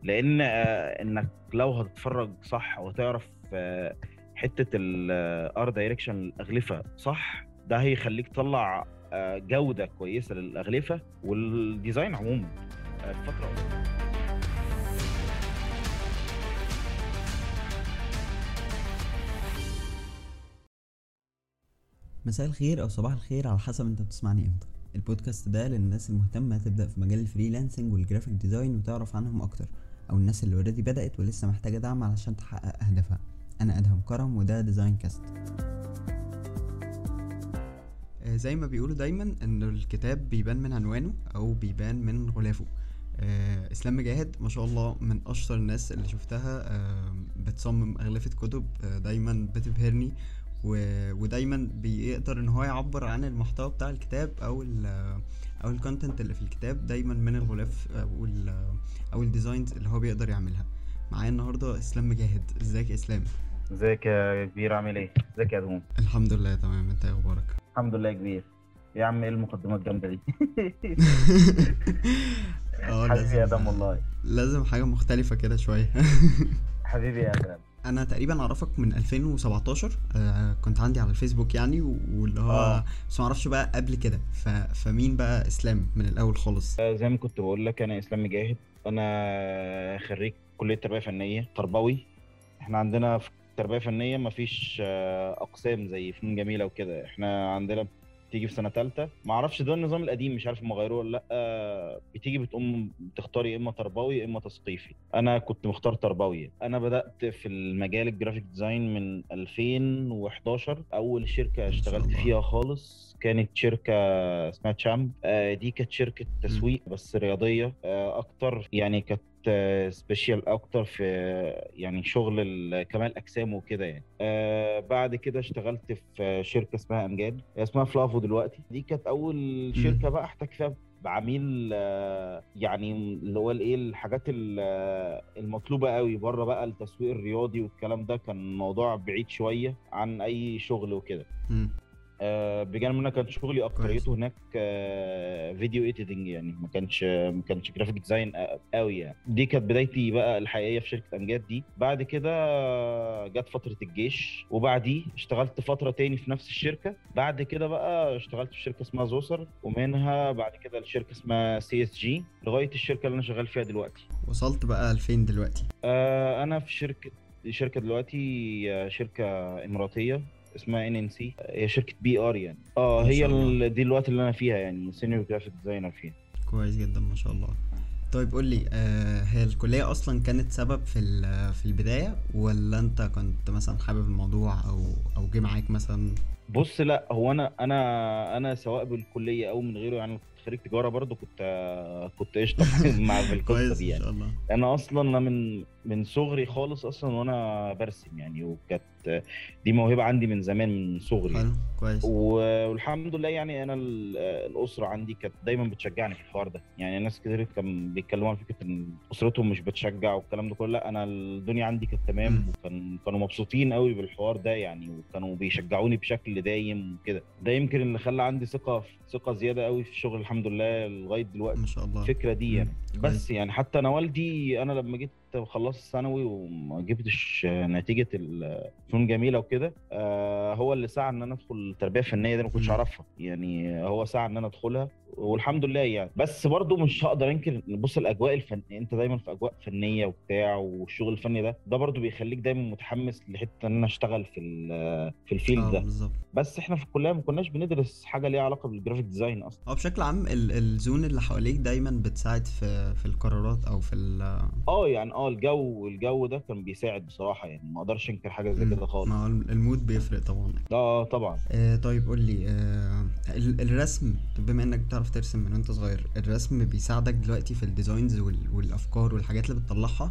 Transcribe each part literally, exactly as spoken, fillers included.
لان آه، انك لو هتتفرج صح وتعرف آه، حته الار دايركشن الاغلفه صح، ده هيخليك تطلع آه، جوده كويسه للاغلفه والديزاين عموما آه، في فتره قليلة. مساء الخير او صباح الخير على حسب انت بتسمعني امتى. البودكاست ده للناس المهتمه تبدا في مجال الفريلانسنج والجرافيك ديزاين وتعرف عنهم اكتر، او الناس اللي اوريدي بدات ولسه محتاجه دعم علشان تحقق اهدافها. انا ادهم كرم وده ديزاين كاست. آه، زي ما بيقولوا دايما ان الكتاب بيبان من عنوانه او بيبان من غلافه. آه، اسلام مجاهد ما شاء الله من اشطر الناس اللي شفتها. آه، بتصمم اغلفة كتب، آه، دايما بتبهرني و- ودايما بيقدر ان هو يعبر عن المحتوى بتاع الكتاب او ال او الكونتنت اللي في الكتاب دايما من الغلاف او ال او الديزاينز اللي هو بيقدر يعملها. معايا النهارده اسلام مجاهد. ازيك يا اسلام؟ ازيك يا كبير، عامل ايه؟ ازيك يا دوم؟ الحمد لله تمام، انت ايه اخبارك؟ الحمد لله يا كبير. يا عم ايه المقدمات الجامده دي؟ اه حبيبي يا لازم، ادم والله. لازم حاجة مختلفة كده شوية. حبيبي يا ادم. انا تقريبا اعرفك من ألفين وسبعتاشر، آه كنت عندي على الفيسبوك يعني، واللي هو اه بس ما اعرفش بقى قبل كده. ف... فمين بقى اسلام من الاول خالص؟ آه، زي ما كنت بقول لك انا اسلام مجاهد. انا خريج كليه تربيه فنيه تربوي. احنا عندنا في تربيه فنيه مفيش آه، اقسام زي فنون جميله وكده. احنا عندنا بتيجي في سنه ثالثه، ما اعرفش ده النظام القديم، مش عارف هم غيروه ولا لا. آه، بتيجي بتقوم بتختار يا اما تربوي يا اما تثقيفي. انا كنت مختار تربوي. انا بدات في المجال الجرافيك ديزاين من ألفين وحداشر. اول شركه ما شاء اشتغلت الله. فيها خالص كانت شركه اسمها تشامب. آه، دي كانت شركه مم. تسويق بس رياضيه آه، اكتر، يعني كانت سبيشال اكتر في يعني شغل ال- كمال اجسام وكده يعني. آه بعد كده اشتغلت في شركه اسمها امجاد، اسمها فلافو دلوقتي. دي كانت اول مم. شركه بقى احتك فيها بعميل آه، يعني اللي هو الايه الحاجات ال- آه، المطلوبه قوي بره بقى التسويق الرياضي والكلام ده. كان موضوع بعيد شويه عن اي شغل وكده. مم. آه، بجانب ان انا كان شغلي كويس. اكتريته هناك آه، فيديو ايديتنج، يعني ما كانش ما كانش جرافيك ديزاين قوي يعني. دي كانت بدايتي بقى الحقيقيه في شركه امجاد دي. بعد كده آه، جت فتره الجيش، وبعديه اشتغلت فتره تاني في نفس الشركه. بعد كده بقى اشتغلت في شركه اسمها زوسر، ومنها بعد كده الشركه اسمها سي اس جي، لغايه الشركه اللي انا شغال فيها دلوقتي. وصلت بقى لفين دلوقتي؟ آه، انا في شركه شركه دلوقتي آه، شركه اماراتيه اسمها ان ان سي. هي شركه بي ار يعني. اه ما هي شاء الله. ال- دي الوقت اللي انا فيها يعني سينيور جرافيك ديزاينر فيها. كويس جدا ما شاء الله. طيب قول لي، آه هي الكلية اصلا كانت سبب في ال- في البداية، ولا انت كنت مثلا حابب الموضوع او او جه معاك مثلا؟ بص، لا هو انا انا انا سواء بالكليه او من غيره، يعني كنت خريج تجاره برضو، كنت كنت قشطه مع في القصه كويس دي ما يعني. شاء الله. انا اصلا انا من من صغري خالص اصلا وانا برسم يعني، وكانت دي موهبه عندي من زمان من صغري يعني. حلو كويس. و- والحمد لله يعني انا ال- الاسره عندي كانت دايما بتشجعني في الحوار ده. يعني ناس كتير كانوا بيتكلموا عن فكره ان اسرتهم مش بتشجع والكلام ده كله. لا انا الدنيا عندي كانت مم. تمام، وكان كانوا مبسوطين قوي بالحوار ده يعني، وكانوا بيشجعوني بشكل دايم وكده. ده يمكن اللي خلى عندي ثقه ثقه زياده قوي في الشغل الحمد لله لغايه ما دلوقتي. شاء الله. الفكره دي مم. يعني. بس كويس. يعني حتى انا والدي، انا لما جيت خلصت الثانوي وما جبتش نتيجه الفنون جميله وكده، آه، هو اللي سعى ان انا ادخل تربيه فنيه. دي ما كنتش مم. اعرفها يعني، هو سعى ان انا ادخلها والحمد لله يعني. بس برضو مش هقدر انكر ان بص الاجواء الفن، انت دايما في اجواء فنيه وبتاع، والشغل الفني ده ده برضو بيخليك دايما متحمس لحته ان انا اشتغل في ال- في الفيلد اه ده. بالظبط. بس احنا في الكليه ما كناش بندرس حاجه ليها علاقه بالجرافيك ديزاين اصلا. هو بشكل عام ال- الزون اللي حواليك دايما بتساعد في في القرارات او في ال اه يعني اه الجو الجو ده كان بيساعد بصراحه يعني، ما اقدرش انكر حاجه زي مم. كده ما هو خالص. المود بيفرق طبعا. اه آه، طبعا. آه طيب قول لي، آه ال- الرسم، بما انك بتعرف ترسم من وانت صغير، الرسم بيساعدك دلوقتي في الديزاينز وال- والافكار والحاجات اللي بتطلعها،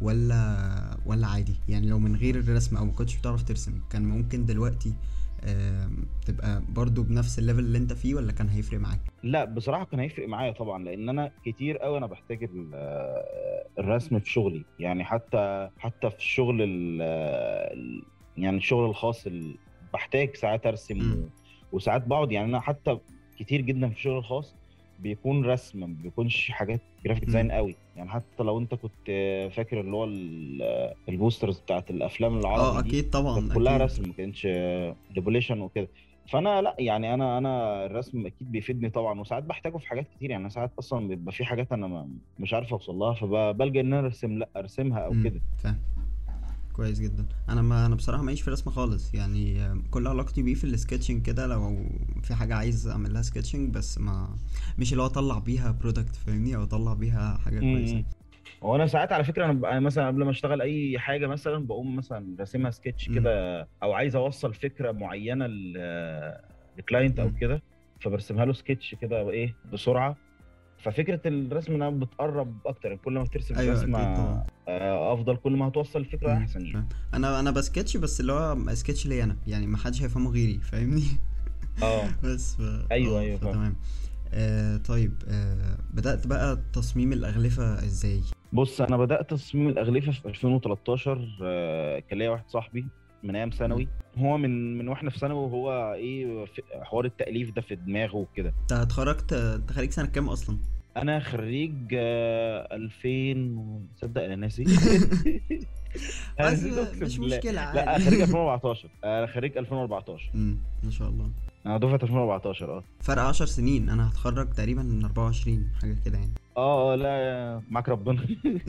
ولا ولا عادي؟ يعني لو من غير الرسم او ما كنتش بتعرف ترسم كان ممكن دلوقتي آه تبقى برضو بنفس الليفل اللي انت فيه، ولا كان هيفرق معاك؟ لا بصراحة كان هيفرق معايا طبعا، لأن أنا كتير قوي أنا بحتاج ال- آه، الرسم في شغلي يعني. حتى حتى في الشغل ال- آه، ال- يعني الشغل الخاص ال- بحتاج ساعات أرسم امم. و- وساعات بقعد يعني. أنا حتى كتير جدا في الشغل الخاص بيكون رسم، ما بيكونش حاجات جرافيك مم. ديزاين قوي يعني. حتى لو انت كنت فاكر اللي هو ال- البوسترز بتاعت الافلام اه العربي دي، اكيد كانت طبعا كلها اكيد. رسم، ما كانتش ديبوليشن وكده. فانا لا يعني انا انا الرسم اكيد بيفيدني طبعا، وساعات بحتاجه في حاجات كتير يعني. أنا ساعات اصلا بيبقى في حاجات انا ما- مش عارف اوصل لها، فبلجأ ان انا ارسم، لا ارسمها او امم كده. فاهم. كويس جدا. انا ما انا بصراحه ماليش في الرسم خالص يعني، آم، كل علاقتي بيه في السكتشنج كده، لو في حاجه عايز اعمل لها سكتشنج بس، ما مش اللي هو اطلع بيها برودكت فاهمني، او اطلع بيها حاجه كويسه. امم وانا ساعات على فكره انا ببقى مثلا قبل ما اشتغل اي حاجه مثلا بقوم مثلا راسمها سكتش امم كده، او عايز اوصل فكره معينه ل- لكلاينت او امم كده، فبرسمها له سكتش كده ايه بسرعه. ففكره الرسم انها بتقرب اكتر يعني، كل ما بترسم ايوه رسمه اكيد طبعا. آه، افضل، كل ما هتوصل الفكره امم احسن يعني. فاهم. انا انا بسكتش بس اللي هو سكتش ليا انا يعني، ما حدش هيفهمه غيري فاهمني. اه بس ف... ايوه اه ايوه فاهم. فتمام. آه طيب، آه بدأت بقى تصميم الأغلفة ازاي؟ بص انا بدات تصميم الاغلفه في ألفين وتلتاشر. آه، كان ليا واحد صاحبي من ايام مم. ثانوي، هو من من واحنا في ثانوي، وهو ايه في حوار التاليف ده في دماغه وكده. انت اتخرجت انت خريج سنة كام اصلا؟ انا خريج آه، ألفين، تصدق انا ناسي. انا بس نسيت اقسم مش بالله. مشكلة لا عادي. خريج ألفين وأربعتاشر، انا خريج ألفين وأربعتاشر. امم ما شاء الله. انا دفعه ألفين وأربعتاشر اه. فرق عشر سنين، انا هتخرج تقريبا من اربعة وعشرين حاجة كده يعني. اه اه لا معاك ربنا.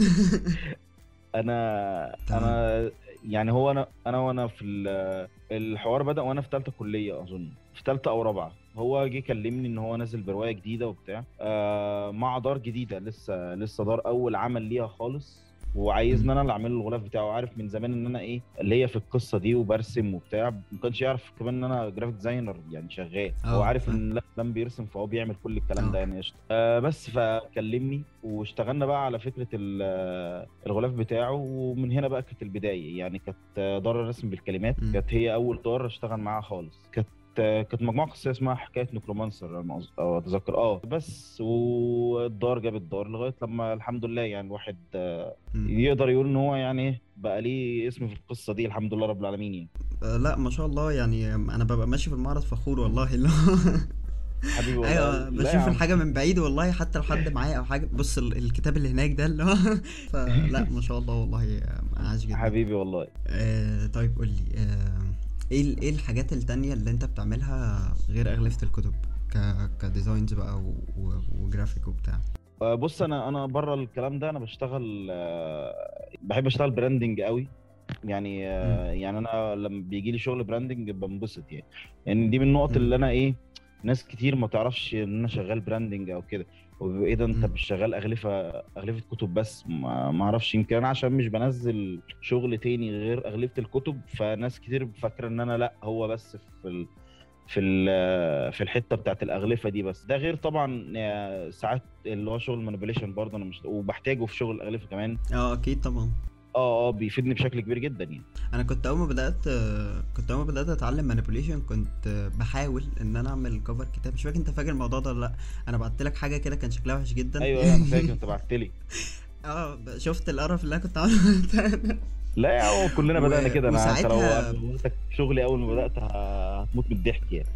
انا تمام. انا يعني هو انا انا وانا في ال- الحوار بدأ وانا في ثالثه كليه اظن، في ثالثه او رابعه. هو جه كلمني ان هو نازل بروايه جديده وبتاع، آه مع دار جديده، لسه لسه دار اول عمل ليها خالص، وعايزني امم انا اللي اعمل له الغلاف بتاعه. عارف من زمان ان انا ايه اللي هي في القصه دي وبرسم وبتاع، ما كانش يعرف كمان ان انا جرافيك ديزاينر يعني شغال. هو اه عارف فاهم. ان لا لم بيرسم، فهو بيعمل كل الكلام اه. ده يعني قشطه. آه بس فكلمني واشتغلنا بقى على فكره ال- الغلاف بتاعه، ومن هنا بقى كانت البدايه يعني. كانت دار الرسم بالكلمات، امم كانت هي اول دار اشتغل معاها خالص. كانت كانت مجموعه قصيه اسمها حكايه نكرومانسر على ما أظ- أو اتذكر اه. بس والدار جاب الدار لغايه لما الحمد لله يعني الواحد آه، امم يقدر يقول ان هو يعني ايه بقى ليه اسم في القصه دي، الحمد لله رب العالمين يعني. آه لا ما شاء الله يعني، انا ببقى ماشي في المعرض فخور والله اللي هو حبيبي والله. ايوه لا يا بشوف عم. الحاجه من بعيد والله، حتى لو حد معايا او حاجه، بص ال- الكتاب اللي هناك ده اللي هو فلا ما شاء الله والله، آه، عاش جدا. حبيبي والله. آه طيب قول لي، آه ايه ال- ايه الحاجات التانية اللي انت بتعملها غير اغلفة الكتب، ك كديزاينز بقى و... و... وجرافيك وبتاع؟ آه، بص انا انا بره الكلام ده انا بشتغل آه، بحب اشتغل براندنج قوي يعني. امم آه، يعني انا لما بيجي لي شغل براندنج بنبسط يعني. يعني دي من النقط امم اللي انا ايه، ناس كتير ما تعرفش ان انا شغال براندنج او كده، وبيبقى ايه ده انت امم مش شغال اغلفه اغلفه كتب بس؟ ما ما اعرفش، يمكن انا عشان مش بنزل شغل تاني غير اغلفه الكتب، فناس كتير فاكره ان انا لا هو بس في ال... في ال... في الحته بتاعت الاغلفه دي بس. ده غير طبعا آه، ساعات اللي هو شغل مانيبيوليشن برضه انا مش وبحتاجه في شغل الاغلفه كمان. اه اكيد طبعا. اه اه بيفيدني بشكل كبير جدا يعني. انا كنت اول ما بدات آه، كنت اول ما بدات اتعلم مانيبيوليشن، كنت آه، بحاول ان انا اعمل كفر كتاب، مش فاكر انت فاكر الموضوع ده ولا لا. انا بعت لك حاجه كده كان شكلها وحش جدا ايوه ايوه انا فاكر يعني. انت بعت لي. اه شفت القرف اللي انا كنت عامله. لا يا عم كلنا بدأنا و... كده. انا انت لو انا وساعتها لو قلتك شغلي اول ما بدأت ه- هتموت من الضحك يعني.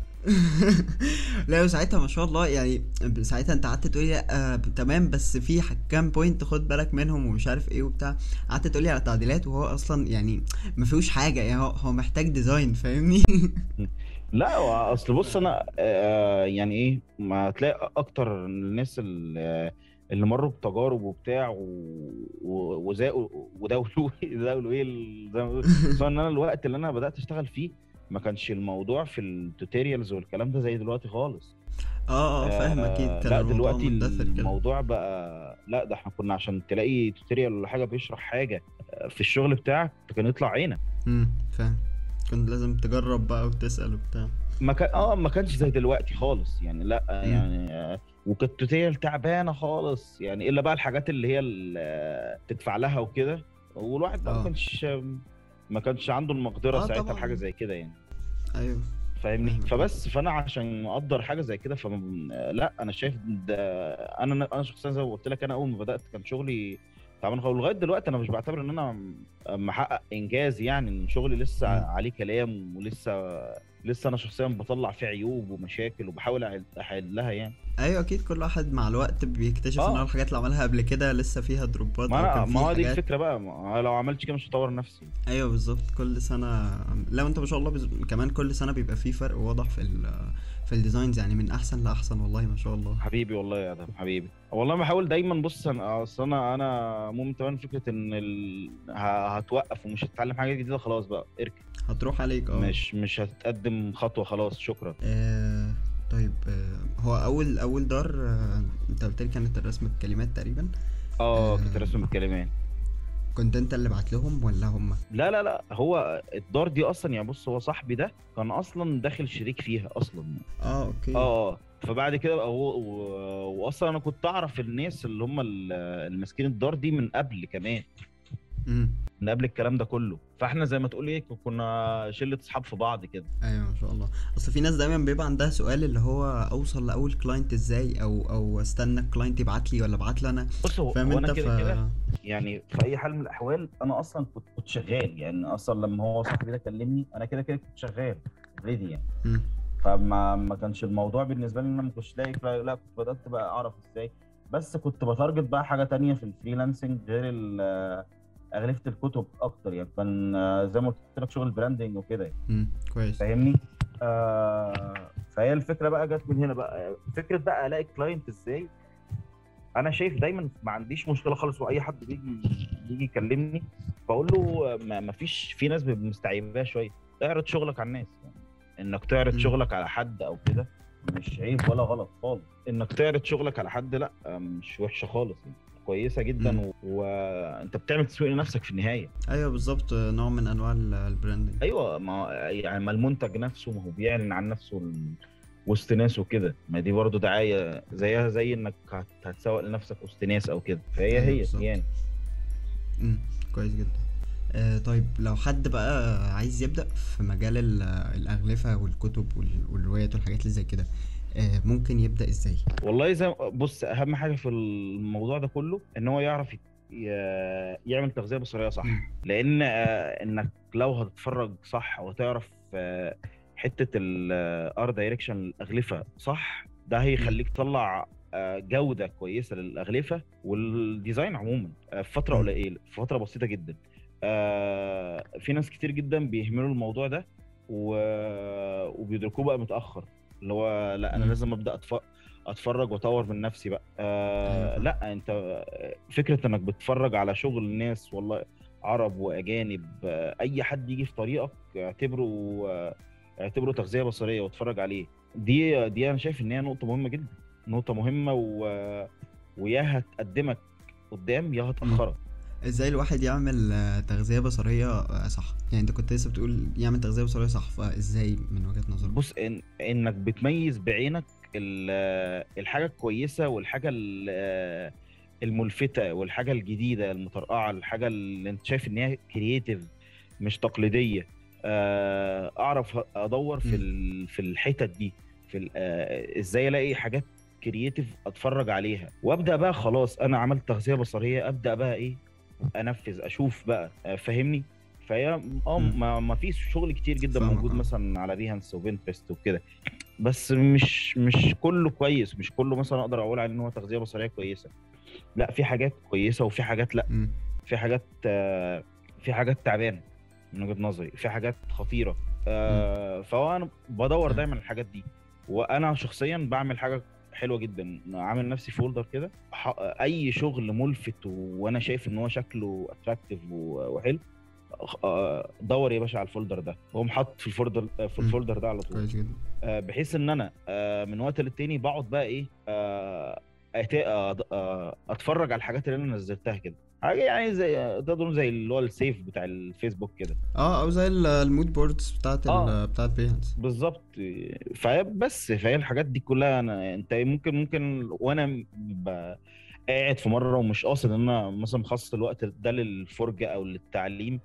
لا وساعتها ما شاء الله يعني، ساعتها انت قعدت تقولي لا آه تمام، بس في ح- كام بوينت خد بالك منهم ومش عارف ايه وبتاع، قعدت تقولي على تعديلات، وهو اصلا يعني ما فيهوش حاجه يعني، هو, هو محتاج ديزاين فاهمني. لا هو اصل ف... بص انا آه يعني ايه، ما تلاقي اكتر الناس اللي اللي مروا بتجارب وبتاع و- و- وزاقوا وداولوا داولوا ايه ال- زي ما بيقولوا. خصوصا ان انا الوقت اللي انا بدأت اشتغل فيه ما كانش الموضوع في التوتوريالز والكلام ده زي دلوقتي خالص. اه اه فاهم، اكيد آه كان لا الموضوع دلوقتي مندثر كده. الموضوع بقى لا، ده احنا كنا عشان تلاقي توتوريال ولا حاجه بيشرح حاجه آه، في الشغل بتاعك كان يطلع عينك. امم فاهم. كنت لازم تجرب بقى وتسأل وبتاع. ما كان اه ما كانش زي دلوقتي خالص يعني. لا آه، امم يعني آه، وكانت توتوريال تعبانه خالص يعني، الا بقى الحاجات اللي هي ال- آه، تدفع لها وكده. والواحد بقى ما اه كانش ما كانش عنده المقدره اه ساعتها لحاجه طبعا. زي كده يعني. ايوه فاهمني؟ فاهمك اه. فبس فانا عشان اقدر حاجه زي كده ف لا انا شايف ده. انا انا شخصيا زي ما قلت لك، انا اول ما بدات كان شغلي تعبان خالص. لغايه دلوقتي انا مش بعتبر ان انا محقق انجاز يعني، ان شغلي لسه امم عليه كلام ولسه لسه انا شخصيا بطلع فيه عيوب ومشاكل وبحاول أحل- احلها يعني. ايوه اكيد، كل واحد مع الوقت بيكتشف ان هو اه الحاجات اللي عملها قبل كده لسه فيها دروبات ما او كان انا ما في هو دي حاجات. الفكره بقى، ما أنا لو عملتش كده مش هطور نفسي. ايوه بالظبط، كل سنه لو انت ما شاء الله بز... كمان كل سنه بيبقى في فرق واضح في ال... في الديزاينز، يعني من احسن لاحسن، والله ما شاء الله. حبيبي والله يا ادم حبيبي والله، بحاول دايما. بص انا اصل انا انا مؤمن تمام فكره ان ال... ه- هتوقف ومش هتتعلم حاجه جديده، خلاص بقى اركن. هتروح عليك اه. مش مش هتتقدم خطوه، خلاص شكرا. آه، طيب آه هو اول اول دار آه انت قلت لي كانت الرسم بكلمات تقريبا. اه كنت آه، راسم بالكلمات. كنت انت اللي بعت لهم ولا هم؟ لا لا لا، هو الدار دي اصلا يعني، بص هو صاحبي ده كان اصلا داخل شريك فيها اصلا. اه اوكي. اه اه فبعد كده بقى هو و- واصلا انا كنت اعرف الناس اللي هم ال- اللي ماسكين الدار دي من قبل كمان، امم. من قبل الكلام ده كله. فاحنا زي ما تقول ايه، كنا شله اصحاب في بعض كده. ايوه ما شاء الله. اصل في ناس دايما بيبقى عندها سؤال اللي هو اوصل لاول كلاينت ازاي، او او استنى الكلاينت يبعت لي ولا ابعت له انا. بص هو فاهم هو انت؟ انا ف كده كده يعني، في اي حال من الاحوال انا اصلا كنت كنت شغال يعني. اصلا لما هو صاحبي ده كلمني انا كده كده كنت شغال اوريدي يعني. مم. فما ما كانش الموضوع بالنسبه لي ان انا ما كنتش لاقي، لا لا، كنت بدات بقى اعرف ازاي. بس كنت بتارجت بقى حاجه تانية في الفريلانسنج غير ال- اغلفه الكتب اكتر يعني. كان آه، زي ما قلت لك شغل براندنج وكده يعني. مم. كويس. فاهمني؟ آه فهي الفكره بقى جت من هنا بقى، فكره بقى الاقي كلاينت ازاي. انا شايف دايما ما عنديش مشكله خالص، واي حد بيجي بيجي يكلمني بقول له ما ما فيش، في ناس بيبقى مستعيباها شويه، اعرض شغلك على الناس يعني. انك تعرض مم. شغلك على حد او كده مش عيب ولا غلط خالص. انك تعرض شغلك على حد لا، مش وحشه خالص يعني. كويسه جدا مم. و- وانت بتعمل تسويق لنفسك في النهايه. ايوه بالظبط، نوع من انواع ال- البراندنج. ايوه ما يعني، ما المنتج نفسه ما هو بيعلن عن نفسه ال- وسط ناس وكده، ما دي برضه دعايه زيها زي انك هت- هتسوق لنفسك وسط ناس او كده، فهي ايوه هي بالظبط. يعني. امم. كويس جدا. آه طيب لو حد بقى عايز يبدأ في مجال ال- الأغلفة والكتب وال- والروايات والحاجات اللي زي كده، آه ممكن يبدأ ازاي؟ والله زي بص، اهم حاجه في الموضوع ده كله ان هو يعرف ي- ي- يعمل تغذيه بصريه صح. مم. لان آه، انك لو هتتفرج صح وتعرف آه، حته الار دايركشن الاغلفه صح، ده مم. هيخليك تطلع آه، جوده كويسه للاغلفه والديزاين عموما آه، في فتره مم. قليله، في فتره بسيطه جدا. آه، في ناس كتير جدا بيهملوا الموضوع ده و- وبيدركوه بقى متاخر، اللي هو لا انا مم. لازم ابدا أتف... اتفرج واطور من نفسي بقى. ايوه آه فاهم. لا انت فكره انك بتتفرج على شغل الناس، والله عرب واجانب، آه اي حد يجي في طريقك اعتبره آه اعتبره تغذيه بصريه واتفرج عليه. دي دي انا شايف ان هي نقطه مهمه جدا، نقطه مهمه و... ويا هتقدمك قدام يا مم. هتاخرك. ازاي الواحد يعمل آه، تغذية بصرية آه، صح؟ يعني انت كنت لسه بتقول يعمل تغذية بصرية صح، فازاي من وجهة نظرك؟ بص إن... انك بتميز بعينك ال- الحاجه الكويسه والحاجه ال- الملفتة والحاجة الجديدة المطرقعة، الحاجة اللي انت شايف ان هي كرييتيف مش تقليدية. آه، اعرف ادور في مم. ال- في الحتت دي، في ال- آه، ازاي الاقي حاجات كرييتيف اتفرج عليها وابدا بقى. خلاص انا عملت تغذية بصرية، ابدا بقى ايه، انفذ اشوف بقى. آه، فاهمني؟ فهي اه مم. ما ما فيش شغل كتير جدا فاهمك موجود اه. مثلا على بيهانس وبنترست وكده، بس مش مش كله كويس، مش كله مثلا اقدر اقول عليه ان هو تغذية بصرية كويسة. لا في حاجات كويسه وفي حاجات لا، مم. في حاجات آه، في حاجات تعبانه من وجهه نظري، في حاجات خطيره. مم. آه، فهو انا بدور ايوه. دايما الحاجات دي. وانا شخصيا بعمل حاجه حلوه جدا، عامل نفسي فولدر كده، ح- اي شغل ملفت وانا شايف ان هو شكله اتراكتيف وحلو، آه، دور يا باشا على الفولدر ده، واقوم حاطط في الفولدر في مم. الفولدر ده على طول. كويس جدا. آه، بحيث ان انا آه، من وقت للتاني بقعد بقى ايه، آه، أت- آه، آه، اتفرج على الحاجات اللي انا نزلتها كده، حاجه يعني زي تقدر زي اللي هو السيف بتاع الفيسبوك كده. اه او زي ال- المود بوردز بتاعت اه ال بتاعت بيهانس. بالظبط. فبس فهي الحاجات دي كلها انا انت ممكن ممكن وانا ب- قاعد في مره ومش قاصد ان انا مثلا مخصص الوقت ده للفرجه او للتعليم،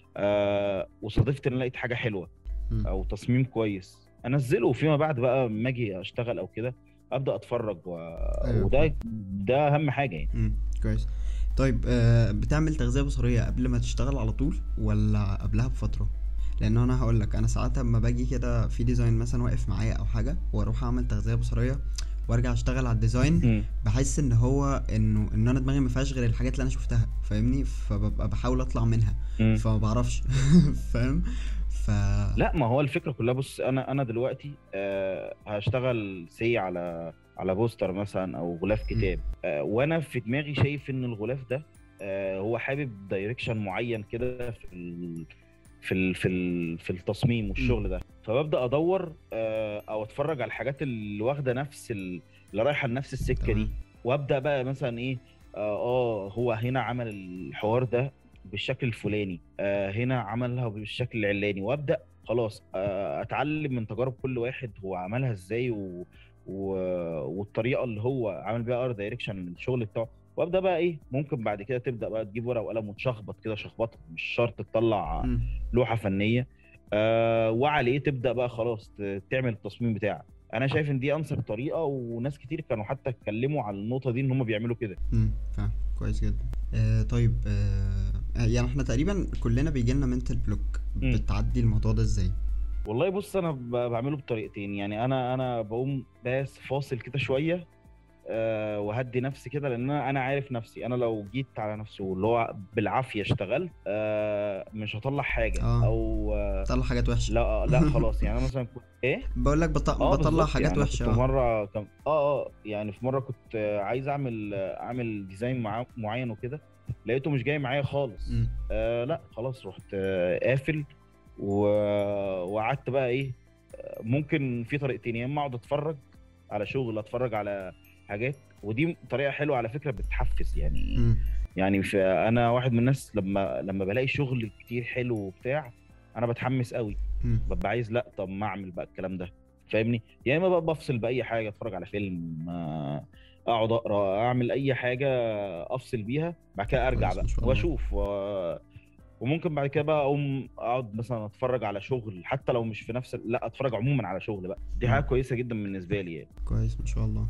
آه وصادفت ان أنا لقيت حاجه حلوه مم. او تصميم كويس انزله، وفيما بعد بقى لما اجي اشتغل او كده ابدا اتفرج و... ايوه وده فاهم. ده اهم حاجه يعني. مم. كويس. طيب آه بتعمل تغذية بصرية قبل ما تشتغل على طول ولا قبلها بفترة؟ لان انا هقول لك، انا ساعات اما باجي كده في ديزاين مثلا واقف معايا او حاجه، واروح اعمل تغذيه بصريه وارجع اشتغل على الديزاين، امم بحس ان هو انه ان انا دماغي ما فيهاش غير الحاجات اللي انا شفتها، فاهمني؟ فببقى بحاول اطلع منها، امم فما بعرفش. فاهم؟ ف لا، ما هو الفكره كلها، بص انا انا دلوقتي آه هشتغل سي على على بوستر مثلا او غلاف مم. كتاب، آه وانا في دماغي شايف ان الغلاف ده آه هو حابب دايركشن معين كده في ال في ال في ال في التصميم مم. والشغل ده. فببدا ادور آه او اتفرج على الحاجات اللي واخده نفس ال- اللي رايحه لنفس السكه تمام. دي، وابدا بقى مثلا ايه، اه آه، هو هنا عمل الحوار ده بالشكل الفلاني، آه هنا عملها بالشكل العلاني، وابدا خلاص آه، اتعلم من تجارب كل واحد هو عملها ازاي و... و... والطريقه اللي هو عامل بيها ار دايركشن للشغل بتاعه. وابدا بقى ايه، ممكن بعد كده تبدا بقى تجيب ورقه وقلم وتشخبط كده شخبطه، مش شرط تطلع مم. لوحه فنيه، آه وعليه تبدا بقى خلاص ت- تعمل التصميم بتاعك. انا شايف ان دي انسب طريقه، وناس كتير كانوا حتى اتكلموا على النقطه دي ان هم بيعملوا كده. مم. فاهم كويس جدا. آه طيب، آه يعني احنا تقريبا كلنا بيجي لنا منتال بلوك، امم بتعدي الموضوع ده ازاي؟ والله بص، انا ب- بعمله بطريقتين. يعني انا انا بقوم بس فاصل كده شويه، أه وهدي نفسي كده، لان انا أنا عارف نفسي، انا لو جيت على نفسي واللي هو بالعافيه اشتغلت أه مش هطلع حاجه اه، او أه بطلع حاجات وحشه. لا لا خلاص. يعني انا مثلا كنت ايه، بقول لك بط... اه بطلع بالظبط. يعني حاجات انا وحشه، كنت اه. مره كم... اه اه يعني في مره كنت آه، عايز اعمل آه، اعمل ديزاين مع... معين وكده، لقيته مش جاي معايا خالص. مم. آه لا خلاص، رحت آه قافل و... وقعدت بقى ايه. آه، ممكن في طريقتين، يا اما اقعد اتفرج على شغل، اتفرج على حاجات، ودي طريقه حلوه على فكره بتحفز يعني. مم. يعني في انا واحد من الناس، لما لما بلاقي شغل كتير حلو وبتاع، انا بتحمس قوي، مم. ببقى عايز لا طب ما اعمل بقى الكلام ده، فاهمني؟ يا اما بقى بفصل باي حاجه، اتفرج على فيلم، آه، اقعد اقرا، اعمل اي حاجه افصل بيها، بعد كده ارجع كويس ما بقى شاء الله. واشوف و... وممكن بعد كده بقى اقوم اقعد مثلا اتفرج على شغل، حتى لو مش في نفس ال- لا اتفرج عموما على شغل بقى. دي مم. حاجه كويسه جدا بالنسبه لي يعني. كويس ما شاء الله.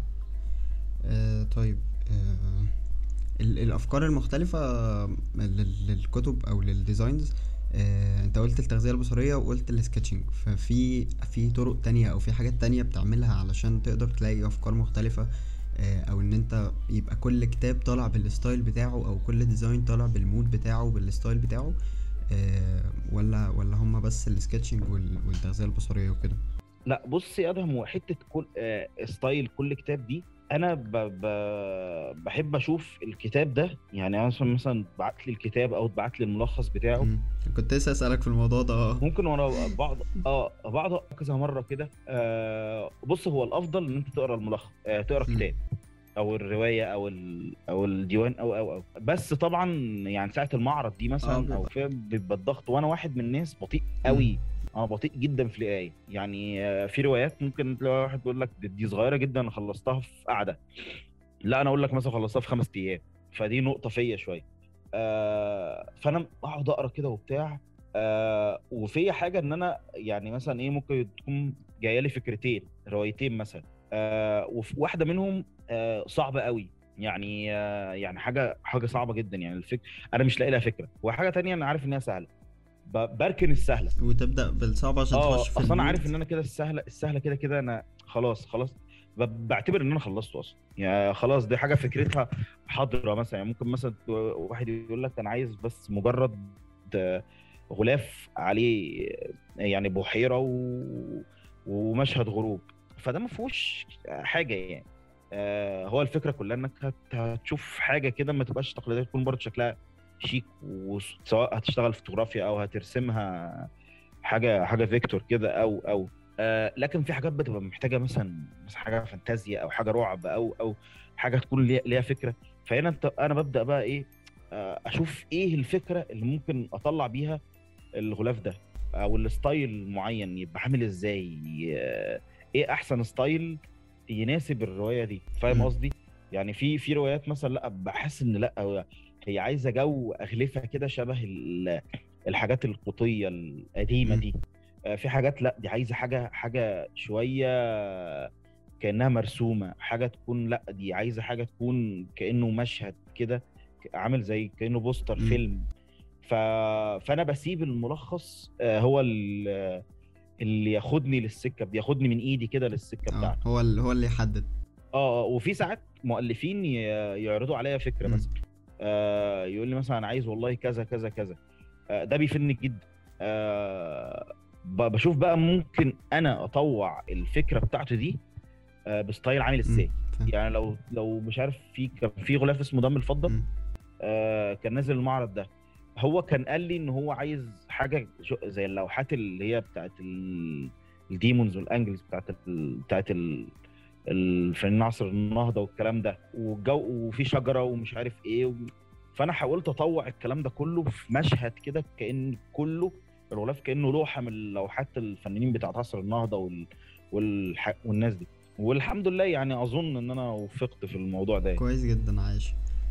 آه طيب، آه ال- الافكار المختلفه لل- للكتب او للديزاينز، آه انت قلت التغذيه البصريه وقلت السكتشنج، ففي في طرق تانية او في حاجات تانية بتعملها علشان تقدر تلاقي افكار مختلفه، آه او ان انت يبقى كل كتاب طالع بالستايل بتاعه او كل ديزاين طالع بالمود بتاعه بالستايل بتاعه، آه ولا ولا هما بس السكتشنج وال- والتغذيه البصريه وكده؟ لا بص يا ادهم، هو حته كل آه ستايل كل كتاب دي، انا ب... ب... بحب اشوف الكتاب ده. يعني أنا مثلا مثلا بعت لي الكتاب او بعت لي الملخص بتاعه، مم. كنت لسه اسالك في الموضوع ده، اه. ممكن وانا بعض اه بعض كذا مره كده. آه بص، هو الافضل ان انت تقرا الملخص، آه تقرا مم. الكتاب او الروايه او ال... او الديوان او او او بس طبعا يعني ساعه المعرض دي اه مثلا، او بيبقى. في بيبقى الضغط، وانا واحد من الناس بطيء مم. قوي. انا بطيء جدا في القرايه. يعني آه، في روايات ممكن تلاقي واحد بيقول لك دي دي صغيره جدا انا خلصتها في قعده، لا انا اقول لك مثلا خلصتها في خمس ايام. فدي نقطه فيا شويه. آه فانا اقعد اقرا كده وبتاع. آه وفي حاجه ان انا يعني مثلا ايه، ممكن تكون جايه لي فكرتين روايتين مثلا، آه وفي واحده منهم آه صعبه قوي. يعني آه يعني حاجه حاجه صعبه جدا، يعني الفكره انا مش لاقي لها فكره. وحاجه تانية انا عارف انها سهله، ب- بركن السهله. وتبدأ بالصعب عشان تخش اه في اصل انا المود. عارف ان انا كده السهله السهله كده كده انا خلاص خلاص، ب- بعتبر ان انا خلصته اصلا. يعني خلاص دي حاجه فكرتها حاضره. مثلا يعني ممكن مثلا واحد يقول لك انا عايز بس مجرد آه، غلاف عليه آه، يعني بحيره و... ومشهد غروب، فده ما فيهوش حاجه يعني. آه، هو الفكره كلها انك هت- هتشوف حاجه كده ما تبقاش تقليديه، تكون برضه شكلها شيك، وسواء هتشتغل فوتوغرافيا او هترسمها حاجه حاجه فيكتور كده او او آه لكن في حاجات بتبقى محتاجه مثلا مثلا حاجه فانتازيا او حاجه رعب او او حاجه تكون ليها ليها فكره. فهنا انت انا ببدا بقى ايه، آه اشوف ايه الفكره اللي ممكن اطلع بيها الغلاف ده، او الستايل معين يبقى عامل ازاي، آه ايه احسن ستايل يناسب الروايه دي، فاهم مم. قصدي؟ يعني في في روايات مثلا لا بحس ان لا هو- هي عايزه جو اغلفه كده شبه ال- الحاجات القوطيه القديمه مم. دي. آه، في حاجات لا دي عايزه حاجه حاجه شويه كانها مرسومه، حاجه تكون لا دي عايزه حاجه تكون كانه مشهد كده، عامل زي كانه بوستر مم. فيلم. ف... فانا بسيب الملخص آه، هو ال- اللي ياخدني للسكه، بياخدني من ايدي كده للسكه اه، بتاعته. هو اللي هو اللي يحدد. اه اه. وفي ساعات مؤلفين ي- يعرضوا عليا فكره مم. مثلا، آه يقول لي مثلا انا عايز والله كذا كذا كذا، آه ده بيفيدني جدا. آه ب- بشوف بقى ممكن انا اطوع الفكره بتاعته دي آه بستايل عامل مم. ازاي. فاهم. يعني لو لو مش عارف، في كان في غلاف اسمه دم الفضه، مم. آه كان نازل المعرض ده. هو كان قال لي ان هو عايز حاجه شو- زي اللوحات اللي هي بتاعت ال- الديمونز والانجلز بتاعت ال... بتاعت ال... الفنان عصر النهضه والكلام ده، والجو وفي شجره ومش عارف ايه و... فانا حاولت اطوع الكلام ده كله في مشهد كده، كأن كله الغلاف كأنه لوحه من لوحات الفنانين بتاعت عصر النهضه وال... والح... والناس دي. والحمد لله يعني اظن ان انا وفقت في الموضوع ده. كويس جدا، عايش.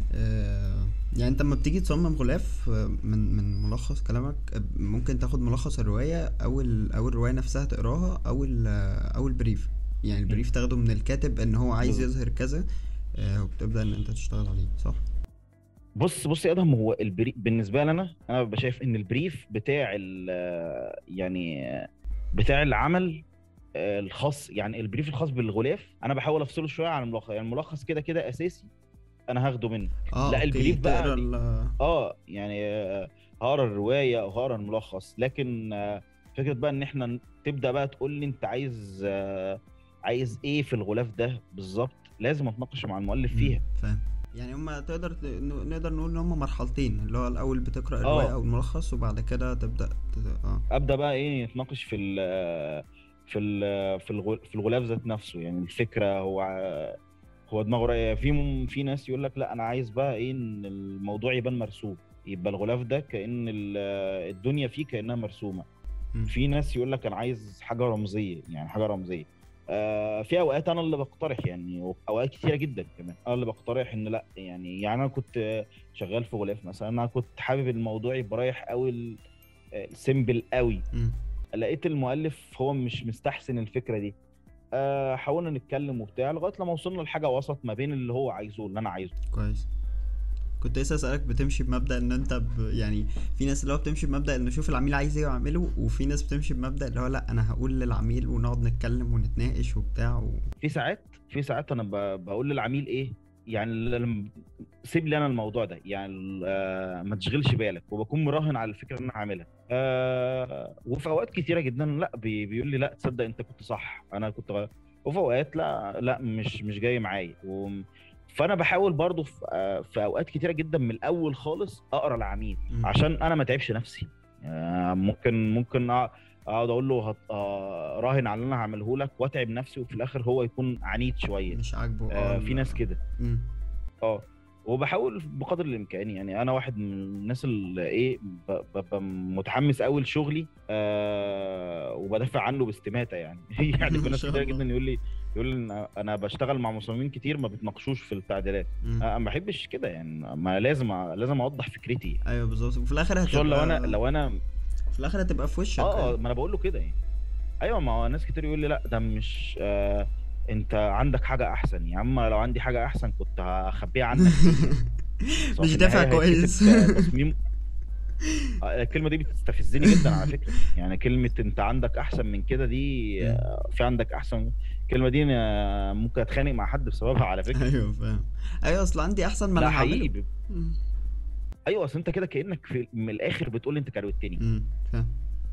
آه يعني انت لما بتيجي تصمم غلاف آه، من من ملخص كلامك، آه، ممكن تاخد ملخص الرواية او ال او الرواية نفسها تقراها، او ال او البريف. يعني م. البريف تاخده من الكاتب ان هو عايز بالظبط. يظهر كذا، آه وبتبدأ ان انت تشتغل عليه، صح؟ بص بص يا ادهم، هو البريف بالنسبه لي انا انا ببقى شايف ان البريف بتاع ال يعني بتاع العمل آه، الخاص، يعني البريف الخاص بالغلاف انا بحاول افصله شويه عن الملخص. يعني الملخص كده كده اساسي انا هاخده منك. اه، لا اوكي، البريف بقى تقرا دي ال اه يعني آه، هقرا الروايه او هقرا الملخص، لكن آه، فكره بقى ان احنا تبدا بقى تقول لي انت عايز آه، عايز ايه في الغلاف ده بالظبط، لازم اتناقش مع المؤلف مم، فيها. فاهم. يعني هما تقدر ت- ن- نقدر نقول ان هما مرحلتين، اللي هو الاول بتقرا الرواية اه او الملخص، وبعد كده تبدأ ت... اه ابدا بقى ايه نتناقش في ال في ال في الغ- في الغلاف ذات نفسه. يعني الفكره هو هو دماغه رايقه. في م- في ناس يقول لك لا انا عايز بقى ايه ان الموضوع يبان مرسوم، يبقى الغلاف ده كأن ال- الدنيا فيه كأنها مرسومه. مم، في ناس يقول لك انا عايز حاجه رمزيه، يعني حاجه رمزيه. آه في اوقات انا اللي بقترح، يعني اوقات كتيره جدا كمان انا اللي بقترح ان لا. يعني يعني انا كنت شغال في غلاف مثلا، انا كنت حابب الموضوع يبقى رايح قوي، سيمبل قوي. مم، لقيت المؤلف هو مش مستحسن الفكره دي. أه حاولنا نتكلم وبتاع لغايه لما وصلنا لحاجه وسط ما بين اللي هو عايزه واللي انا عايزه. كويس. كنت لسه اسالك، بتمشي بمبدأ ان انت ب... يعني في ناس اللي هو بتمشي بمبدأ انه شوف العميل عايز ايه واعمله، وفي ناس بتمشي بمبدأ اللي هو لا، انا هقول للعميل ونقعد نتكلم ونتناقش وبتاع و... في ساعات في ساعات انا ب- بقول للعميل ايه، يعني لما- سيب لي انا الموضوع ده، يعني آه ما تشغلش بالك، وبكون مراهن على الفكره اللي انا عاملها. آه وفي اوقات كتيره جدا لا بي بيقول لي لا تصدق انت كنت صح، انا كنت غلط. وفي اوقات لا لا مش مش جاي معايا و... فانا بحاول برضو في, آه في اوقات كتيره جدا من الاول خالص اقرا العميل مم. عشان انا ما تعبش نفسي. آه ممكن ممكن أ- اقعد اقول له هت... آه راهن على اللي انا هعمله لك واتعب نفسي، وفي الاخر هو يكون عنيد شويه. مش عاجبه، اه آه في ال... ناس كده. مم. اه. وبحاول بقدر الامكان، يعني انا واحد من الناس اللي ايه ب- ببقى متحمس قوي لشغلي، آه وبدافع عنه باستماتة يعني. يعني في ما ناس شاء كتير الله. جدا يقول لي يقول لي إن انا بشتغل مع مصممين كتير ما بتناقشوش في التعديلات. مم. آه، انا ما بحبش كده، يعني ما لازم لازم اوضح فكرتي. ايوه بالظبط، وفي الاخر خصوصا لو انا هتبقى لو انا في الاخر هتبقى في وشك، اه ايوه. آه، ما انا بقول له كده يعني. ايوه، ما هو ناس كتير يقول لي لا ده مش آه انت عندك حاجه احسن. يا عم لو عندي حاجه احسن كنت هخبيها عنك ليه يعني؟ بس هو في مش دافع النهايه كويس. هيتكتب آه، تصميم. آه، الكلمه دي بتستفزني جدا على فكره. يعني كلمه انت عندك احسن من كده دي مم. آه، في عندك احسن. الكلمه دي أنا ممكن اتخانق مع حد بسببها على فكره. ايوه فاهم. ايوه، اصل عندي احسن ما لا انا هعمله. حقيقي ب- مم. ايوه اصل انت كده كانك في من الاخر بتقول لي انت كروتني. مم. فاهم.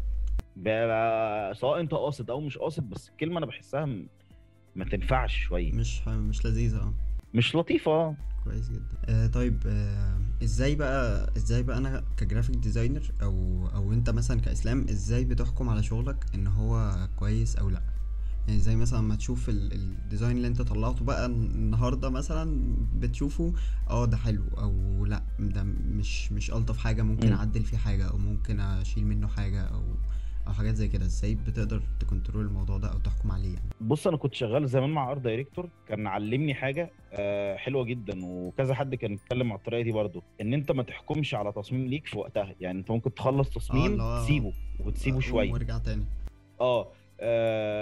ب- سواء انت قاصد او مش قاصد، بس الكلمه انا بحسها م- ما تنفعش شويه، مش مش لذيذة، اه. مش لطيفه. كويس جدا. آه طيب، آه ازاي بقى ازاي بقى انا كجرافيك ديزاينر، او او انت مثلا كاسلام، ازاي بتحكم على شغلك ان هو كويس او لا؟ يعني زي مثلا ما تشوف ال- الديزاين اللي انت طلعته بقى النهارده مثلا، بتشوفه اه ده حلو، او لا ده مش مش الطف حاجه، ممكن مم. اعدل فيه حاجه، او ممكن اشيل منه حاجه، او او حاجات زي كده. ازاي بتقدر تكنترول الموضوع ده او تحكم عليه يعني؟ بص انا كنت شغال زمان مع ارت دايركتور، كان علمني حاجه آه، حلوه جدا، وكذا حد كان يتكلم على الطريقه دي برضو، ان انت ما تحكمش على تصميم ليك في وقتها. يعني انت ممكن تخلص اه، اللي تصميم هو تسيبه وتسيبه اقوم شويه. وارجع تاني. اه, آه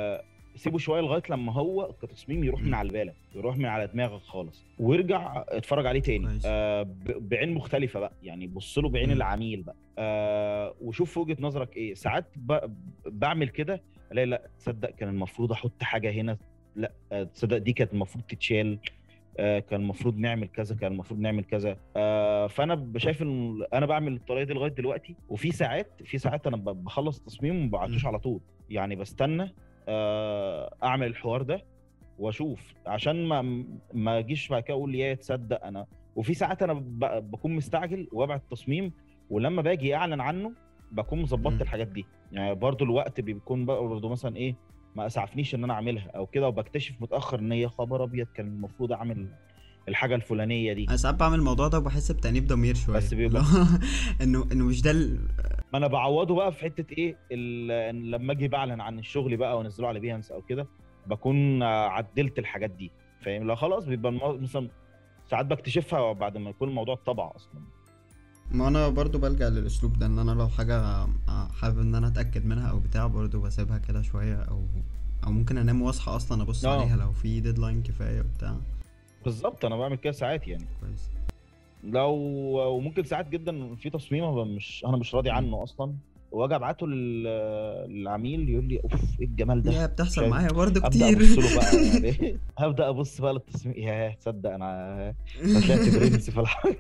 سيبه شويه لغايه لما هو كتصميم يروح من مم. على بالك، يروح من على دماغك خالص، وارجع اتفرج عليه تاني كويس. آه ب- بعين مختلفه بقى، يعني بص له بعين مم. العميل بقى آه وشوف وجهه نظرك ايه. ساعات ب- بعمل كده، الاقي لا تصدق كان المفروض احط حاجه هنا، لا آه، تصدق دي كانت المفروض تتشال، آه، كان المفروض نعمل كذا، كان المفروض نعمل كذا. آه، فانا شايف ان انا بعمل الطريقه دي لغايه دلوقتي. وفي ساعات في ساعات انا ب- بخلص تصميم وما مم. ببعتوش على طول، يعني بستنى آه، اعمل الحوار ده واشوف، عشان ما ما اجيش بعد كده اقول يا تصدق انا. وفي ساعات انا ب- بكون مستعجل وببعت التصميم، ولما باجي اعلن عنه بكون مظبطت مم. الحاجات دي. يعني برضو الوقت بيكون بقى برضو مثلا ايه، ما اسعفنيش ان انا اعملها او كده، وبكتشف متاخر ان هي خبر ابيض كان المفروض اعمل الحاجه الفلانيه دي. انا ساعات بعمل الموضوع ده وبحس بتأنيب ضمير شويه، بس اللي بيبقى، هو انه انه مش ده ال... ما انا بعوضه بقى في حته ايه ال- إن لما اجي بعلن عن الشغل بقى وانزله على بيهانس او كده، بكون آه، عدلت الحاجات دي، فاهم؟ لا خلاص بيبقى الم- مثلا ساعات بكتشفها بعد ما يكون الموضوع اتطبع اصلا. ما انا برضو بلجأ للاسلوب ده، ان انا لو حاجه حابب ان انا اتاكد منها او بتاع، برضو بسيبها كده شويه، او او ممكن انام واصحى اصلا ابص اه عليها لو في ديدلاين كفايه وبتاع. بالظبط، انا بعمل كده ساعات يعني. كويس. لو وممكن ساعات جدا في تصميم هو مش انا مش راضي مم. عنه اصلا، واجي ابعته لل- للعميل يقول لي اوف ايه الجمال ده، يا مش بتحصل عايز. معايا برضو ابدا كتير. ابص له بقى يعني هبدا ابص بقى للتصميم، يا تصدق انا انا طلعت برنس في الحاجه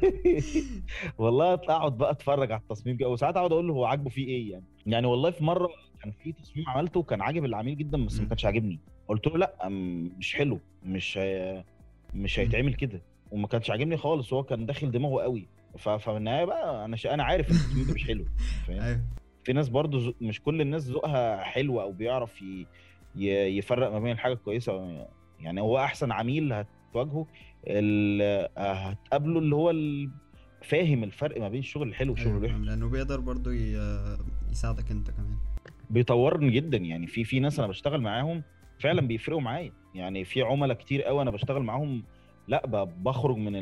والله اطلع اقعد بقى اتفرج على التصميم كده، وساعات اقعد اقول له هو عاجبه فيه ايه يعني. يعني والله في مره كان في تصميم عملته وكان عاجب العميل جدا بس ما مم. كانش عاجبني. قلت له لا أم- مش حلو، مش هي... مش مم. هيتعمل كده، وما كانش عاجبني خالص، وهو كان داخل دماغه قوي. ف... ففي النهايه بقى انا ش... انا عارف ان التصميم ده مش حلو، فاهم؟ ايوه. في ناس برضو ذو... مش كل الناس ذوقها حلو او بيعرف ي... ي... يفرق ما بين الحاجه الكويسه. يعني هو احسن عميل هتواجهه ال... هتقابله اللي هو ال... فاهم الفرق ما بين الشغل الحلو والشغل ايوه فاهم، الوحش. لانه بيقدر برضو ي... يساعدك انت كمان. بيطورني جدا يعني. في في ناس انا بشتغل معاهم فعلا بيفرقوا معايا، يعني في عملاء كتير قوي انا بشتغل معاهم، لا ب- بخرج من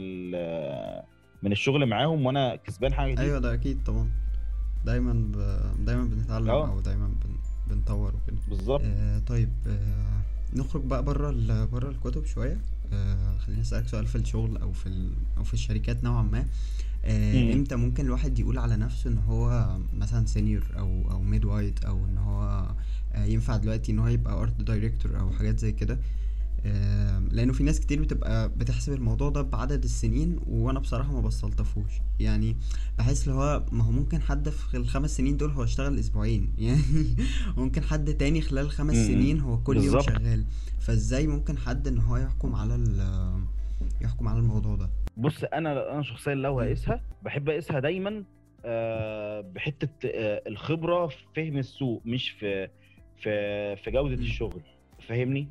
ال من الشغل معاهم وانا كسبان حاجه ايوه جديده. ده اكيد طبعا. دايما ب... دايما بنتعلم اه او دايما بن... بنطور وكده. بالظبط. آه طيب، آه نخرج بقى بره ال... بره الكتب شويه. آه خليني اسالك سؤال في الشغل او في ال... او في الشركات نوعا ما. آه امم امتى ممكن الواحد يقول على نفسه ان هو مثلا سينيور او او ميد وايت، او ان هو آه ينفع دلوقتي ان هو يبقى ارت دايركتور او حاجات زي كده؟ آه، لانه في ناس كتير بتبقى بتحسب الموضوع ده بعدد السنين، وانا بصراحه ما بستلطفوش يعني. بحس اللي هو ما هو ممكن حد في الخمس سنين دول هو اشتغل اسبوعين يعني. ممكن حد تاني خلال الخمس امم سنين هو كل يوم بالظبط. شغال. فازاي ممكن حد ان هو يحكم على ال يحكم على الموضوع ده؟ بص انا انا شخصيا لو مم. هقيسها بحب اقيسها دايما آه، بحته آه، الخبره في فهم السوق، مش في في في جوده مم. الشغل، فاهمني؟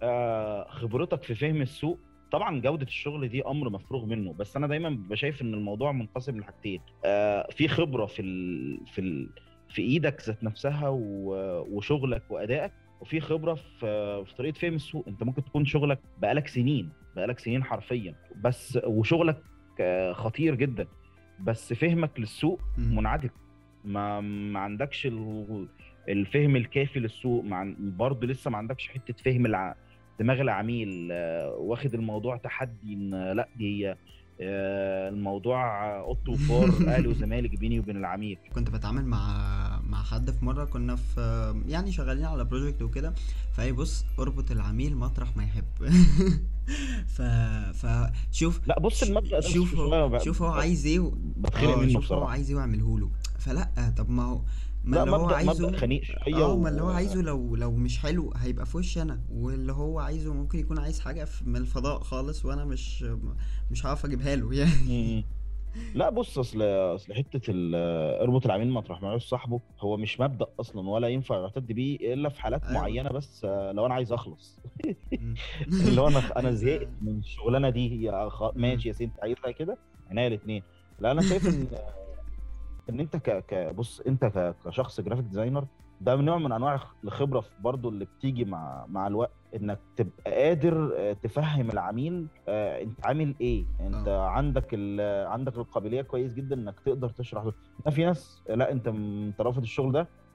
آه، خبرتك في فهم السوق. طبعا جوده الشغل دي امر مفروغ منه، بس انا دايما ببقى شايف ان الموضوع منقسم لحاجتين. آه، في خبره في ال في ال في ايدك ذات نفسها و- وشغلك وادائك، وفي خبره في في طريقه فهم السوق. انت ممكن تكون شغلك بقالك سنين، بقالك سنين حرفيا، بس وشغلك آه، خطير جدا، بس فهمك للسوق مم. منعدم. ما ما عندكش ال- الفهم الكافي للسوق، مع برضه لسه ما عندكش حته فهم الع... دماغ العميل. آه، واخد الموضوع تحدي ان لا دي هي آه، الموضوع قط وفار، اهلي وزمالك بيني وبين العميل. كنت بتعامل مع مع حد في مره، كنا في يعني شغالين على بروجكت وكده، فاي بص اربط العميل مطرح ما يحب. ف فشوف لا بص ش- المبدأ ده شوف هو شويه ب- شوف هو ب- عايز ايه و... بتخنق اه منه شوف هو بصراحه. عايز ايه واعمله له. فلا طب ما هو ما لا اللي هو مبدأ مبدأ عايزه. خنيق شويه اه ما اللي هو و... عايزه لو لو مش حلو هيبقى في وشي انا، واللي هو عايزه ممكن يكون عايز حاجه في- من الفضاء خالص، وانا مش مش هعرف اجيبها له يعني. م- م. لا بص اصل اصل حته ال- اربط العميل مطرح ما يعوز صاحبه، هو مش مبدأ اصلا ولا ينفع يعتد بيه الا في حالات ايوه. معينه بس. آه، لو انا عايز اخلص مم. اللي هو انا انا عايز. زهقت من الشغلانه دي، يا خ... مم. ماشي يا سيدي انت عايزها كده، عينيا الاثنين. لا انا شايف ان ان انت ك... ك... بص انت ك... كشخص جرافيك ديزاينر، ده نوع من انواع الخبره برضو اللي بتيجي مع مع الوقت، انك تبقى قادر آه، تفهم العميل آه، انت عامل ايه. انت اه. عندك ال... عندك القابليه كويس جدا انك تقدر تشرح له. لا في ناس لا انت م- انت رافض الشغل ده،